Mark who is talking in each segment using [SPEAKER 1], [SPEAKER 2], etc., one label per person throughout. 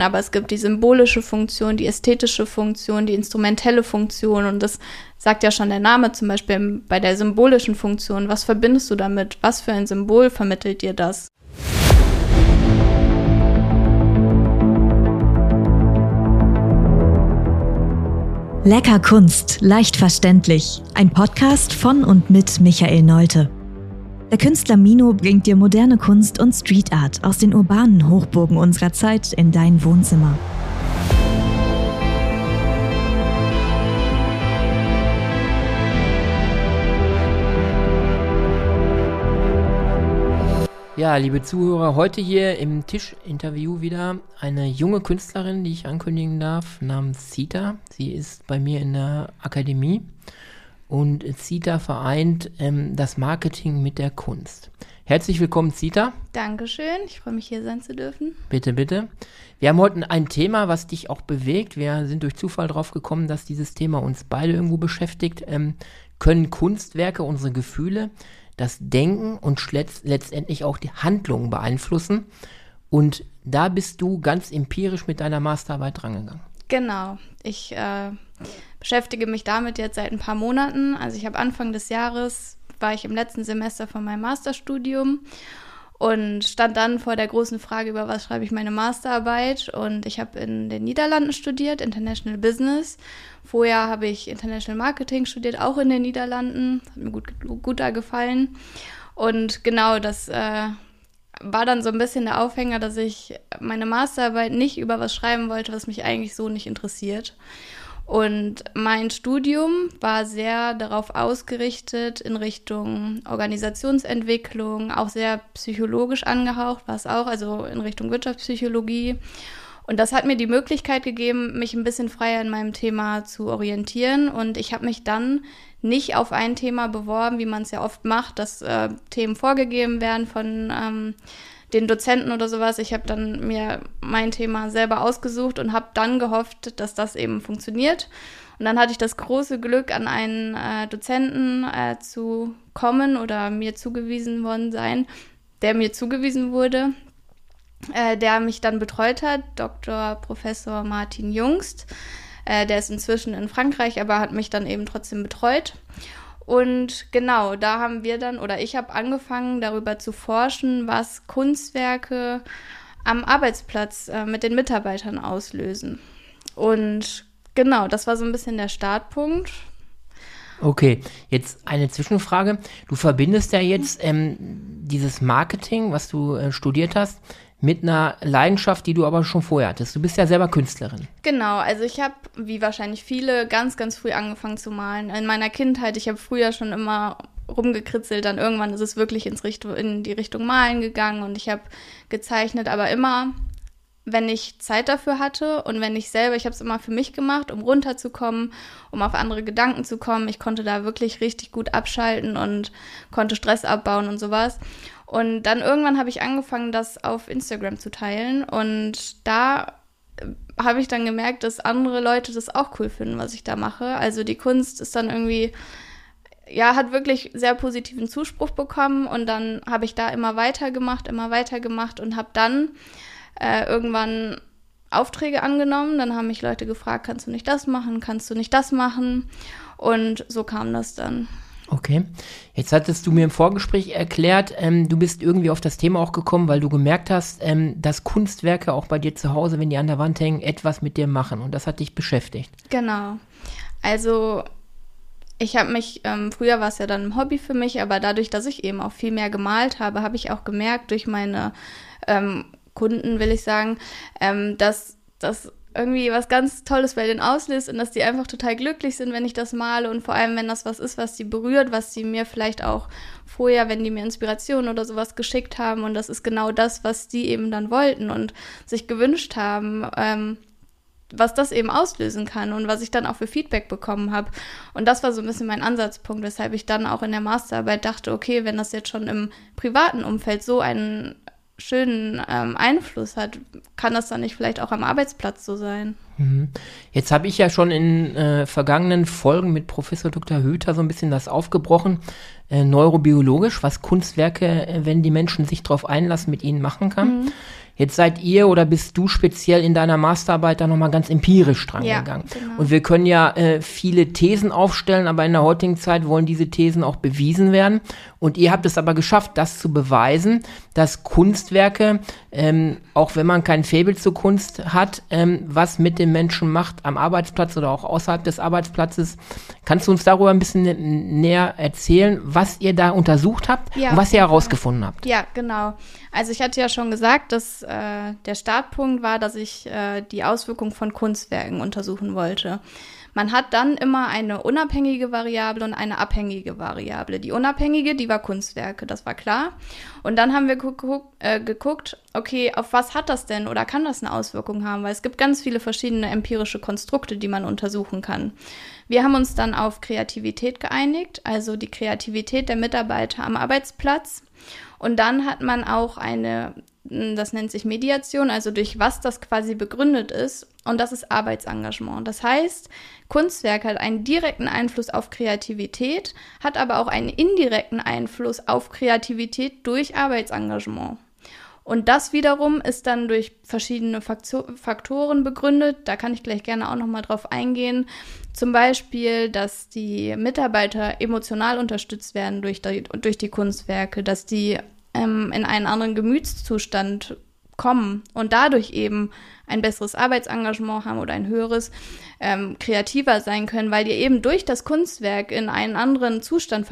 [SPEAKER 1] Aber es gibt die symbolische Funktion, die ästhetische Funktion, die instrumentelle Funktion. Und das sagt ja schon der Name, zum Beispiel bei der symbolischen Funktion. Was verbindest du damit? Was für ein Symbol vermittelt dir das?
[SPEAKER 2] Lecker Kunst, leicht verständlich. Ein Podcast von und mit Michael Nolte. Der Künstler Mino bringt dir moderne Kunst und Street Art aus den urbanen Hochburgen unserer Zeit in dein Wohnzimmer.
[SPEAKER 3] Ja, liebe Zuhörer, heute hier im Tischinterview wieder eine junge Künstlerin, die ich ankündigen darf, namens Zita. Sie ist bei mir in der Akademie und Zita vereint das Marketing mit der Kunst. Herzlich willkommen, Zita.
[SPEAKER 1] Dankeschön, ich freue mich, hier sein zu dürfen.
[SPEAKER 3] Bitte, bitte. Wir haben heute ein Thema, was dich auch bewegt. Wir sind durch Zufall drauf gekommen, dass dieses Thema uns beide irgendwo beschäftigt. Können Kunstwerke unsere Gefühle, das Denken und letztendlich auch die Handlungen beeinflussen? Und da bist du ganz empirisch mit deiner Masterarbeit drangegangen.
[SPEAKER 1] Genau, ich beschäftige mich damit jetzt seit ein paar Monaten. Also ich habe Anfang des Jahres, war ich im letzten Semester von meinem Masterstudium und stand dann vor der großen Frage, über was schreibe ich meine Masterarbeit. Und ich habe in den Niederlanden studiert, International Business. Vorher habe ich International Marketing studiert, auch in den Niederlanden. Hat mir gut da gefallen. Und genau, das war dann so ein bisschen der Aufhänger, dass ich meine Masterarbeit nicht über was schreiben wollte, was mich eigentlich so nicht interessiert. Und mein Studium war sehr darauf ausgerichtet in Richtung Organisationsentwicklung, auch sehr psychologisch angehaucht war es auch, also in Richtung Wirtschaftspsychologie. Und das hat mir die Möglichkeit gegeben, mich ein bisschen freier in meinem Thema zu orientieren. Und ich habe mich dann nicht auf ein Thema beworben, wie man es ja oft macht, dass Themen vorgegeben werden von den Dozenten oder sowas. Ich habe dann mir mein Thema selber ausgesucht und habe dann gehofft, dass das eben funktioniert. Und dann hatte ich das große Glück, an einen Dozenten zu kommen oder mir zugewiesen worden sein, der mir zugewiesen wurde, der mich dann betreut hat, Dr. Professor Martin Jungst. Der ist inzwischen in Frankreich, aber hat mich dann eben trotzdem betreut. Und genau, da haben wir dann, oder ich habe angefangen, darüber zu forschen, was Kunstwerke am Arbeitsplatz mit den Mitarbeitern auslösen. Und genau, das war so ein bisschen der Startpunkt.
[SPEAKER 3] Okay, jetzt eine Zwischenfrage. Du verbindest ja jetzt dieses Marketing, was du studiert hast, mit einer Leidenschaft, die du aber schon vorher hattest. Du bist ja selber Künstlerin.
[SPEAKER 1] Genau, also ich habe, wie wahrscheinlich viele, ganz, ganz früh angefangen zu malen. In meiner Kindheit, ich habe früher schon immer rumgekritzelt, dann irgendwann ist es wirklich in die Richtung Malen gegangen und ich habe gezeichnet, aber immer, wenn ich Zeit dafür hatte und wenn ich habe es immer für mich gemacht, um runterzukommen, um auf andere Gedanken zu kommen. Ich konnte da wirklich richtig gut abschalten und konnte Stress abbauen und sowas. Und dann irgendwann habe ich angefangen, das auf Instagram zu teilen und da habe ich dann gemerkt, dass andere Leute das auch cool finden, was ich da mache. Also die Kunst ist dann irgendwie, ja, hat wirklich sehr positiven Zuspruch bekommen und dann habe ich da immer weitergemacht und habe dann irgendwann Aufträge angenommen. Dann haben mich Leute gefragt, kannst du nicht das machen, kannst du nicht das machen? Und so kam das dann.
[SPEAKER 3] Okay, jetzt hattest du mir im Vorgespräch erklärt, du bist irgendwie auf das Thema auch gekommen, weil du gemerkt hast, dass Kunstwerke auch bei dir zu Hause, wenn die an der Wand hängen, etwas mit dir machen und das hat dich beschäftigt.
[SPEAKER 1] Genau, also ich habe mich, früher war es ja dann ein Hobby für mich, aber dadurch, dass ich eben auch viel mehr gemalt habe, habe ich auch gemerkt durch meine Kunden, will ich sagen, dass das irgendwie was ganz Tolles bei denen auslöst und dass die einfach total glücklich sind, wenn ich das male und vor allem, wenn das was ist, was sie berührt, was sie mir vielleicht auch vorher, wenn die mir Inspiration oder sowas geschickt haben und das ist genau das, was die eben dann wollten und sich gewünscht haben, was das eben auslösen kann und was ich dann auch für Feedback bekommen habe. Und das war so ein bisschen mein Ansatzpunkt, weshalb ich dann auch in der Masterarbeit dachte, okay, wenn das jetzt schon im privaten Umfeld so einen schönen Einfluss hat, kann das dann nicht vielleicht auch am Arbeitsplatz so sein?
[SPEAKER 3] Jetzt habe ich ja schon in vergangenen Folgen mit Professor Dr. Hüther so ein bisschen das aufgebrochen, neurobiologisch, was Kunstwerke, wenn die Menschen sich darauf einlassen, mit ihnen machen kann. Jetzt seid ihr oder bist du speziell in deiner Masterarbeit da nochmal ganz empirisch dran gegangen. Genau. Und wir können ja viele Thesen aufstellen, aber in der heutigen Zeit wollen diese Thesen auch bewiesen werden. Und ihr habt es aber geschafft, das zu beweisen, dass Kunstwerke, auch wenn man kein Faible zur Kunst hat, was mit dem Menschen macht am Arbeitsplatz oder auch außerhalb des Arbeitsplatzes. Kannst du uns darüber ein bisschen näher erzählen, was ihr da untersucht habt und was ihr herausgefunden habt?
[SPEAKER 1] Ja, genau. Also ich hatte ja schon gesagt, dass der Startpunkt war, dass ich die Auswirkungen von Kunstwerken untersuchen wollte. Man hat dann immer eine unabhängige Variable und eine abhängige Variable. Die unabhängige, die war Kunstwerke, das war klar. Und dann haben wir geguckt, okay, auf was hat das denn oder kann das eine Auswirkung haben? Weil es gibt ganz viele verschiedene empirische Konstrukte, die man untersuchen kann. Wir haben uns dann auf Kreativität geeinigt, also die Kreativität der Mitarbeiter am Arbeitsplatz. Und dann hat man auch das nennt sich Mediation, also durch was das quasi begründet ist. Und das ist Arbeitsengagement. Das heißt, Kunstwerk hat einen direkten Einfluss auf Kreativität, hat aber auch einen indirekten Einfluss auf Kreativität durch Arbeitsengagement. Und das wiederum ist dann durch verschiedene Faktoren begründet. Da kann ich gleich gerne auch nochmal drauf eingehen. Zum Beispiel, dass die Mitarbeiter emotional unterstützt werden durch die Kunstwerke, dass die in einen anderen Gemütszustand kommen und dadurch eben ein besseres Arbeitsengagement haben oder ein höheres, kreativer sein können, weil die eben durch das Kunstwerk in einen anderen Zustand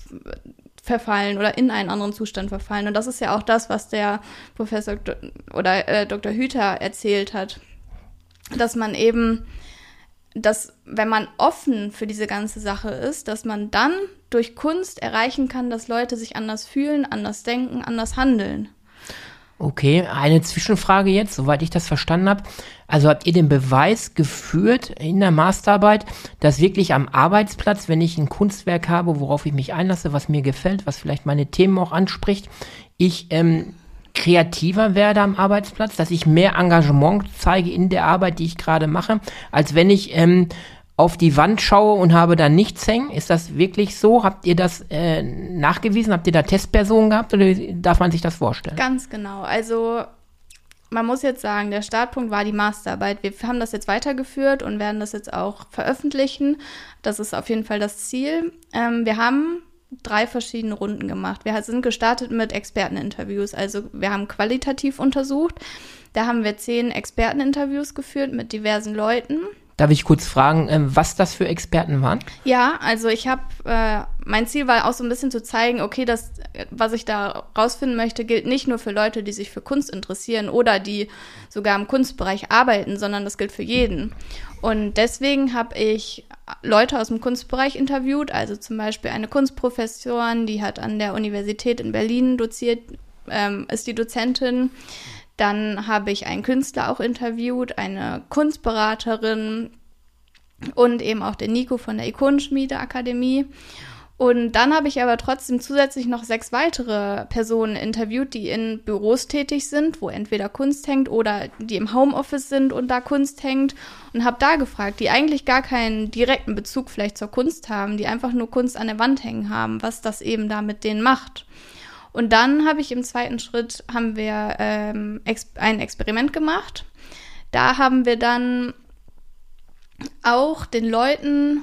[SPEAKER 1] verfallen oder in einen anderen Zustand verfallen. Und das ist ja auch das, was der Professor oder Dr. Hüther erzählt hat, dass man eben, dass wenn man offen für diese ganze Sache ist, dass man dann durch Kunst erreichen kann, dass Leute sich anders fühlen, anders denken, anders handeln.
[SPEAKER 3] Okay, eine Zwischenfrage jetzt, soweit ich das verstanden habe. Also habt ihr den Beweis geführt in der Masterarbeit, dass wirklich am Arbeitsplatz, wenn ich ein Kunstwerk habe, worauf ich mich einlasse, was mir gefällt, was vielleicht meine Themen auch anspricht, ich kreativer werde am Arbeitsplatz, dass ich mehr Engagement zeige in der Arbeit, die ich gerade mache, als wenn ich auf die Wand schaue und habe da nichts hängen? Ist das wirklich so? Habt ihr das nachgewiesen? Habt ihr da Testpersonen gehabt oder darf man sich das vorstellen?
[SPEAKER 1] Ganz genau. Also man muss jetzt sagen, der Startpunkt war die Masterarbeit. Wir haben das jetzt weitergeführt und werden das jetzt auch veröffentlichen. Das ist auf jeden Fall das Ziel. Wir haben 3 verschiedene Runden gemacht. Wir sind gestartet mit Experteninterviews. Also wir haben qualitativ untersucht. Da haben wir 10 Experteninterviews geführt mit diversen Leuten.
[SPEAKER 3] Darf ich kurz fragen, was das für Experten waren?
[SPEAKER 1] Ja, also mein Ziel war auch so ein bisschen zu zeigen, okay, das, was ich da rausfinden möchte, gilt nicht nur für Leute, die sich für Kunst interessieren oder die sogar im Kunstbereich arbeiten, sondern das gilt für jeden. Und deswegen habe ich Leute aus dem Kunstbereich interviewt, also zum Beispiel eine Kunstprofessorin, die hat an der Universität in Berlin doziert, ist die Dozentin. Dann habe ich einen Künstler auch interviewt, eine Kunstberaterin und eben auch den Nico von der Ikonenschmiede-Akademie. Und dann habe ich aber trotzdem zusätzlich noch 6 weitere Personen interviewt, die in Büros tätig sind, wo entweder Kunst hängt oder die im Homeoffice sind und da Kunst hängt. Und habe da gefragt, die eigentlich gar keinen direkten Bezug vielleicht zur Kunst haben, die einfach nur Kunst an der Wand hängen haben, was das eben da mit denen macht. Und dann habe ich im zweiten Schritt ein Experiment gemacht. Da haben wir dann auch den Leuten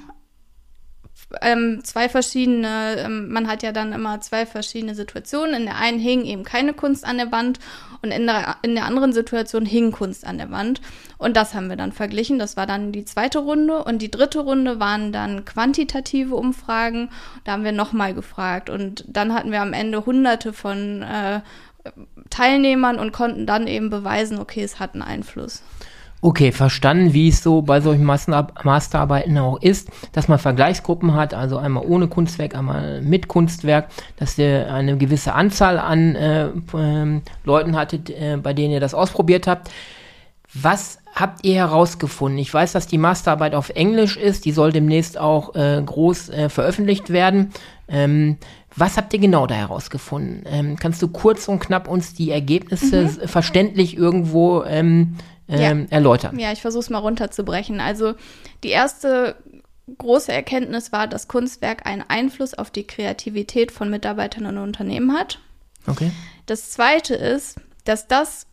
[SPEAKER 1] 2 verschiedene, man hat ja dann immer 2 verschiedene Situationen. In der einen hing eben keine Kunst an der Wand und in der anderen Situation hing Kunst an der Wand. Und das haben wir dann verglichen. Das war dann die zweite Runde. Und die dritte Runde waren dann quantitative Umfragen. Da haben wir nochmal gefragt. Und dann hatten wir am Ende Hunderte von Teilnehmern und konnten dann eben beweisen, okay, es hat einen Einfluss.
[SPEAKER 3] Okay, verstanden, wie es so bei solchen Masterarbeiten auch ist, dass man Vergleichsgruppen hat, also einmal ohne Kunstwerk, einmal mit Kunstwerk, dass ihr eine gewisse Anzahl an Leuten hattet, bei denen ihr das ausprobiert habt. Was habt ihr herausgefunden? Ich weiß, dass die Masterarbeit auf Englisch ist, die soll demnächst auch groß veröffentlicht werden. Was habt ihr genau da herausgefunden? Kannst du kurz und knapp uns die Ergebnisse verständlich irgendwo erläutern?
[SPEAKER 1] Ja, ich versuche es mal runterzubrechen. Also die erste große Erkenntnis war, dass Kunstwerk einen Einfluss auf die Kreativität von Mitarbeitern und Unternehmen hat.
[SPEAKER 3] Okay.
[SPEAKER 1] Das zweite ist, dass das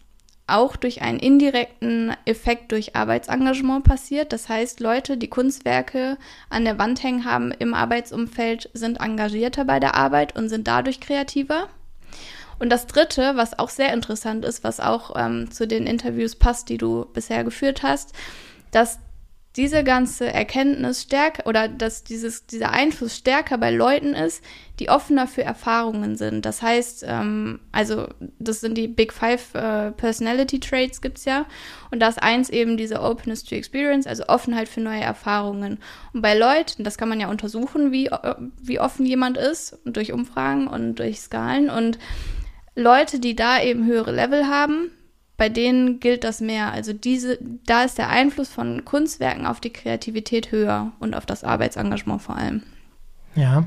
[SPEAKER 1] auch durch einen indirekten Effekt durch Arbeitsengagement passiert. Das heißt, Leute, die Kunstwerke an der Wand hängen haben im Arbeitsumfeld, sind engagierter bei der Arbeit und sind dadurch kreativer. Und das Dritte, was auch sehr interessant ist, was auch zu den Interviews passt, die du bisher geführt hast, dass diese ganze Erkenntnis stärker oder dass dieser Einfluss stärker bei Leuten ist, die offener für Erfahrungen sind. Das heißt, also das sind die Big Five Personality Traits gibt's ja. Und da ist eins eben diese Openness to Experience, also Offenheit für neue Erfahrungen. Und bei Leuten, das kann man ja untersuchen, wie offen jemand ist, durch Umfragen und durch Skalen. Und Leute, die da eben höhere Level haben, bei denen gilt das mehr. Also da ist der Einfluss von Kunstwerken auf die Kreativität höher und auf das Arbeitsengagement vor allem.
[SPEAKER 3] Ja,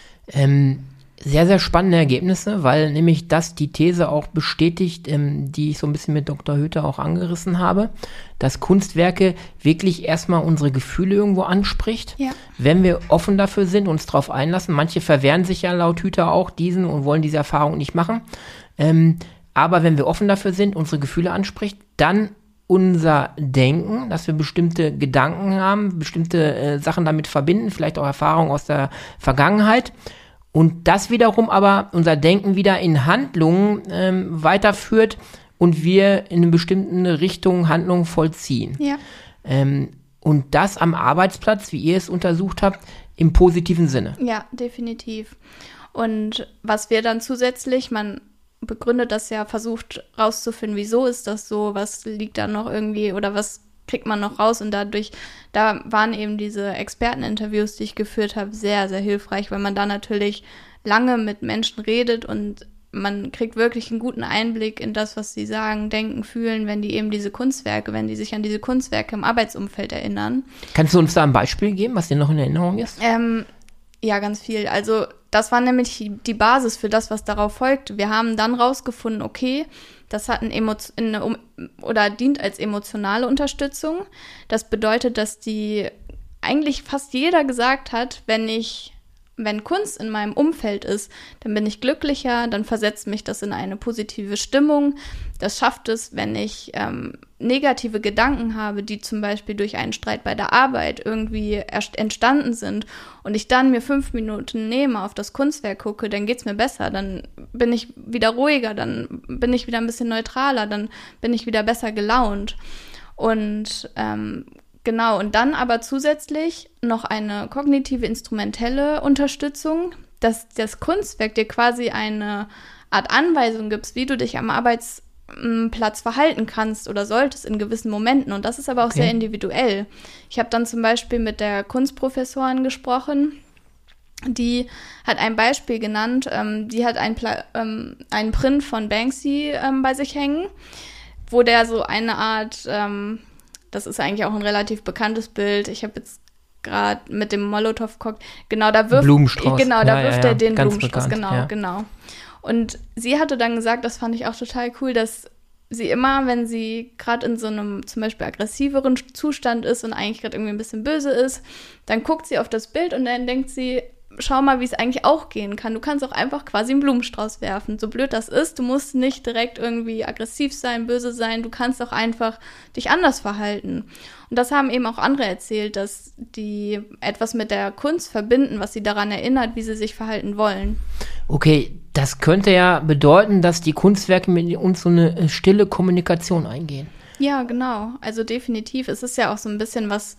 [SPEAKER 3] sehr, sehr spannende Ergebnisse, weil nämlich das die These auch bestätigt, die ich so ein bisschen mit Dr. Hüther auch angerissen habe, dass Kunstwerke wirklich erstmal unsere Gefühle irgendwo anspricht, wenn wir offen dafür sind, uns darauf einlassen. Manche verwehren sich ja laut Hüther auch diesen und wollen diese Erfahrung nicht machen. Aber wenn wir offen dafür sind, unsere Gefühle anspricht, dann unser Denken, dass wir bestimmte Gedanken haben, bestimmte Sachen damit verbinden, vielleicht auch Erfahrungen aus der Vergangenheit. Und das wiederum aber unser Denken wieder in Handlungen weiterführt und wir in eine bestimmte Richtung Handlungen vollziehen.
[SPEAKER 1] Ja.
[SPEAKER 3] Und das am Arbeitsplatz, wie ihr es untersucht habt, im positiven Sinne.
[SPEAKER 1] Ja, definitiv. Und was wir dann zusätzlich, man begründet das ja, versucht rauszufinden, wieso ist das so, was liegt da noch irgendwie oder was kriegt man noch raus, und da waren eben diese Experteninterviews, die ich geführt habe, sehr, sehr hilfreich, weil man da natürlich lange mit Menschen redet und man kriegt wirklich einen guten Einblick in das, was sie sagen, denken, fühlen, wenn die sich an diese Kunstwerke im Arbeitsumfeld erinnern.
[SPEAKER 3] Kannst du uns da ein Beispiel geben, was dir noch in Erinnerung ist?
[SPEAKER 1] Ja, ganz viel. Also das war nämlich die Basis für das, was darauf folgt. Wir haben dann rausgefunden, okay, das hat dient als emotionale Unterstützung. Das bedeutet, dass eigentlich fast jeder gesagt hat, wenn Kunst in meinem Umfeld ist, dann bin ich glücklicher, dann versetzt mich das in eine positive Stimmung. Das schafft es, wenn ich negative Gedanken habe, die zum Beispiel durch einen Streit bei der Arbeit irgendwie entstanden sind und ich dann mir 5 Minuten nehme, auf das Kunstwerk gucke, dann geht's mir besser, dann bin ich wieder ruhiger, dann bin ich wieder ein bisschen neutraler, dann bin ich wieder besser gelaunt. Und genau, und dann aber zusätzlich noch eine kognitive instrumentelle Unterstützung, dass das Kunstwerk dir quasi eine Art Anweisung gibt, wie du dich am Arbeitsplatz verhalten kannst oder solltest in gewissen Momenten. Und das ist aber auch sehr individuell. Ich habe dann zum Beispiel mit der Kunstprofessorin gesprochen, die hat ein Beispiel genannt, die hat einen Print von Banksy bei sich hängen, wo der so eine Art, das ist eigentlich auch ein relativ bekanntes Bild, ich habe jetzt gerade mit dem Molotow-Cocktail, genau, da wirft er den Blumenstrauß,
[SPEAKER 3] bekannt,
[SPEAKER 1] genau. Und sie hatte dann gesagt, das fand ich auch total cool, dass sie immer, wenn sie gerade in so einem zum Beispiel aggressiveren Zustand ist und eigentlich gerade irgendwie ein bisschen böse ist, dann guckt sie auf das Bild und dann denkt sie, schau mal, wie es eigentlich auch gehen kann. Du kannst auch einfach quasi einen Blumenstrauß werfen. So blöd das ist, du musst nicht direkt irgendwie aggressiv sein, böse sein. Du kannst auch einfach dich anders verhalten. Und das haben eben auch andere erzählt, dass die etwas mit der Kunst verbinden, was sie daran erinnert, wie sie sich verhalten wollen.
[SPEAKER 3] Okay, das könnte ja bedeuten, dass die Kunstwerke mit uns so eine stille Kommunikation eingehen.
[SPEAKER 1] Ja, genau. Also definitiv. Es ist ja auch so ein bisschen was,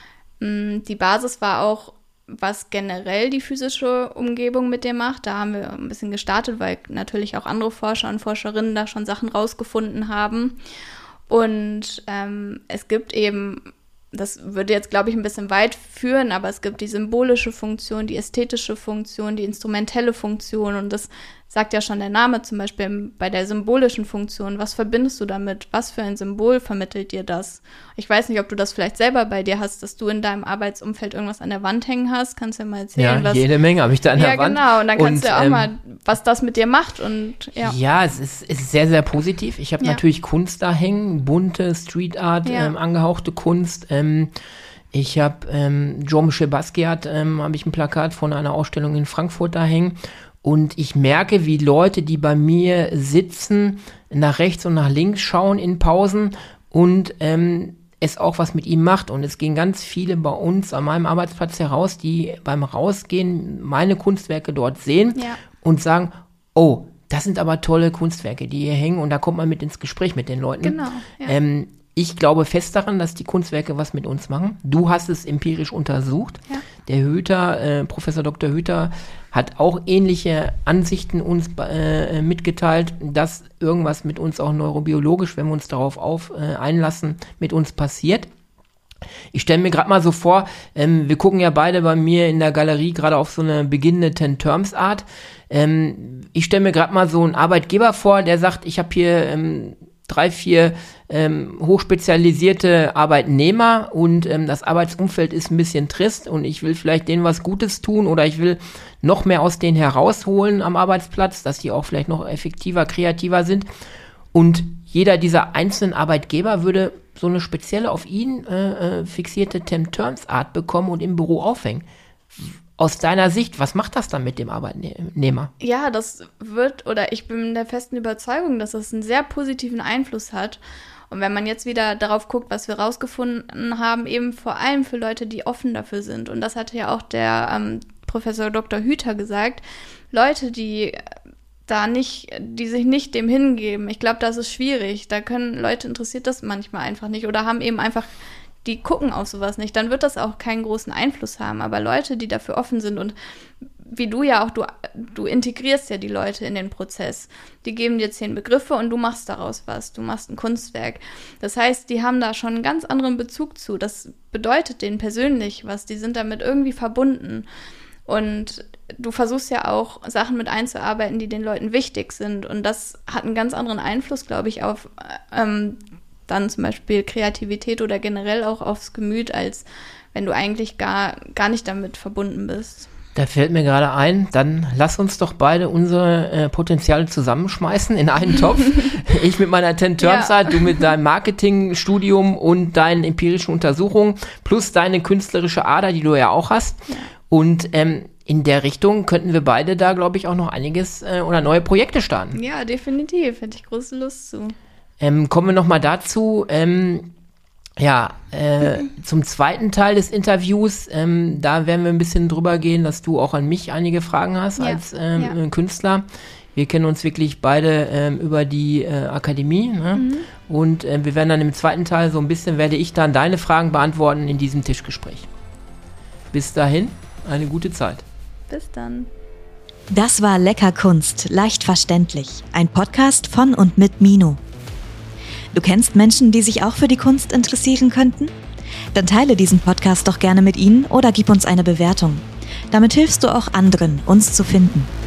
[SPEAKER 1] die Basis war auch, was generell die physische Umgebung mit dir macht. Da haben wir ein bisschen gestartet, weil natürlich auch andere Forscher und Forscherinnen da schon Sachen rausgefunden haben. Und es gibt eben, das würde jetzt, glaube ich, ein bisschen weit führen, aber es gibt die symbolische Funktion, die ästhetische Funktion, die instrumentelle Funktion, und das sagt ja schon der Name, zum Beispiel bei der symbolischen Funktion. Was verbindest du damit? Was für ein Symbol vermittelt dir das? Ich weiß nicht, ob du das vielleicht selber bei dir hast, dass du in deinem Arbeitsumfeld irgendwas an der Wand hängen hast. Kannst du ja mal erzählen,
[SPEAKER 3] ja, jede Menge habe ich da an der Wand.
[SPEAKER 1] Ja, genau. Und dann kannst du ja auch mal, was das mit dir macht. Und
[SPEAKER 3] ja, es ist sehr, sehr positiv. Ich habe natürlich Kunst da hängen, bunte Street Art, angehauchte Kunst. Ich habe Jean-Michel Basquiat, habe ich ein Plakat von einer Ausstellung in Frankfurt da hängen. Und ich merke, wie Leute, die bei mir sitzen, nach rechts und nach links schauen in Pausen und es auch was mit ihm macht. Und es gehen ganz viele bei uns an meinem Arbeitsplatz heraus, die beim Rausgehen meine Kunstwerke dort sehen und sagen, oh, das sind aber tolle Kunstwerke, die hier hängen, und da kommt man mit ins Gespräch mit den Leuten.
[SPEAKER 1] Genau. Ja.
[SPEAKER 3] Ich glaube fest daran, dass die Kunstwerke was mit uns machen. Du hast es empirisch untersucht. Ja. Der Hüter, Professor Dr. Hüter, hat auch ähnliche Ansichten uns mitgeteilt, dass irgendwas mit uns auch neurobiologisch, wenn wir uns darauf einlassen, mit uns passiert. Ich stelle mir gerade mal so vor, wir gucken ja beide bei mir in der Galerie gerade auf so eine beginnende Ten-Terms-Art. Ich stelle mir gerade mal so einen Arbeitgeber vor, der sagt, ich habe hier 3, 4 hochspezialisierte Arbeitnehmer und das Arbeitsumfeld ist ein bisschen trist und ich will vielleicht denen was Gutes tun oder ich will noch mehr aus denen herausholen am Arbeitsplatz, dass die auch vielleicht noch effektiver, kreativer sind. Und jeder dieser einzelnen Arbeitgeber würde so eine spezielle auf ihn fixierte Ten-Terms-Art bekommen und im Büro aufhängen. Aus deiner Sicht, was macht das dann mit dem Arbeitnehmer?
[SPEAKER 1] Ja, ich bin der festen Überzeugung, dass das einen sehr positiven Einfluss hat. Und wenn man jetzt wieder darauf guckt, was wir rausgefunden haben, eben vor allem für Leute, die offen dafür sind. Und das hatte ja auch der Professor Dr. Hüter gesagt. Leute, die sich nicht dem hingeben. Ich glaube, das ist schwierig. Da können Leute, interessiert das manchmal einfach nicht oder haben eben einfach, die gucken auf sowas nicht. Dann wird das auch keinen großen Einfluss haben. Aber Leute, die dafür offen sind und wie du ja auch, du integrierst ja die Leute in den Prozess. Die geben dir 10 Begriffe und du machst daraus was. Du machst ein Kunstwerk. Das heißt, die haben da schon einen ganz anderen Bezug zu. Das bedeutet denen persönlich was. Die sind damit irgendwie verbunden. Und du versuchst ja auch, Sachen mit einzuarbeiten, die den Leuten wichtig sind. Und das hat einen ganz anderen Einfluss, glaube ich, auf dann zum Beispiel Kreativität oder generell auch aufs Gemüt, als wenn du eigentlich gar nicht damit verbunden bist.
[SPEAKER 3] Da fällt mir gerade ein, dann lass uns doch beide unsere Potenziale zusammenschmeißen in einen Topf. Ich mit meiner Ten-Terms-Art, du mit deinem Marketingstudium und deinen empirischen Untersuchungen plus deine künstlerische Ader, die du ja auch hast. Ja. Und in der Richtung könnten wir beide da, glaube ich, auch noch einiges oder neue Projekte starten.
[SPEAKER 1] Ja, definitiv. Hätte ich große Lust zu.
[SPEAKER 3] Kommen wir nochmal dazu. Zum zweiten Teil des Interviews, da werden wir ein bisschen drüber gehen, dass du auch an mich einige Fragen hast als Künstler. Wir kennen uns wirklich beide über die Akademie, ne? Und wir werden dann im zweiten Teil werde ich dann deine Fragen beantworten in diesem Tischgespräch. Bis dahin, eine gute Zeit.
[SPEAKER 1] Bis dann.
[SPEAKER 2] Das war Lecker Kunst, leicht verständlich. Ein Podcast von und mit Mino. Du kennst Menschen, die sich auch für die Kunst interessieren könnten? Dann teile diesen Podcast doch gerne mit ihnen oder gib uns eine Bewertung. Damit hilfst du auch anderen, uns zu finden.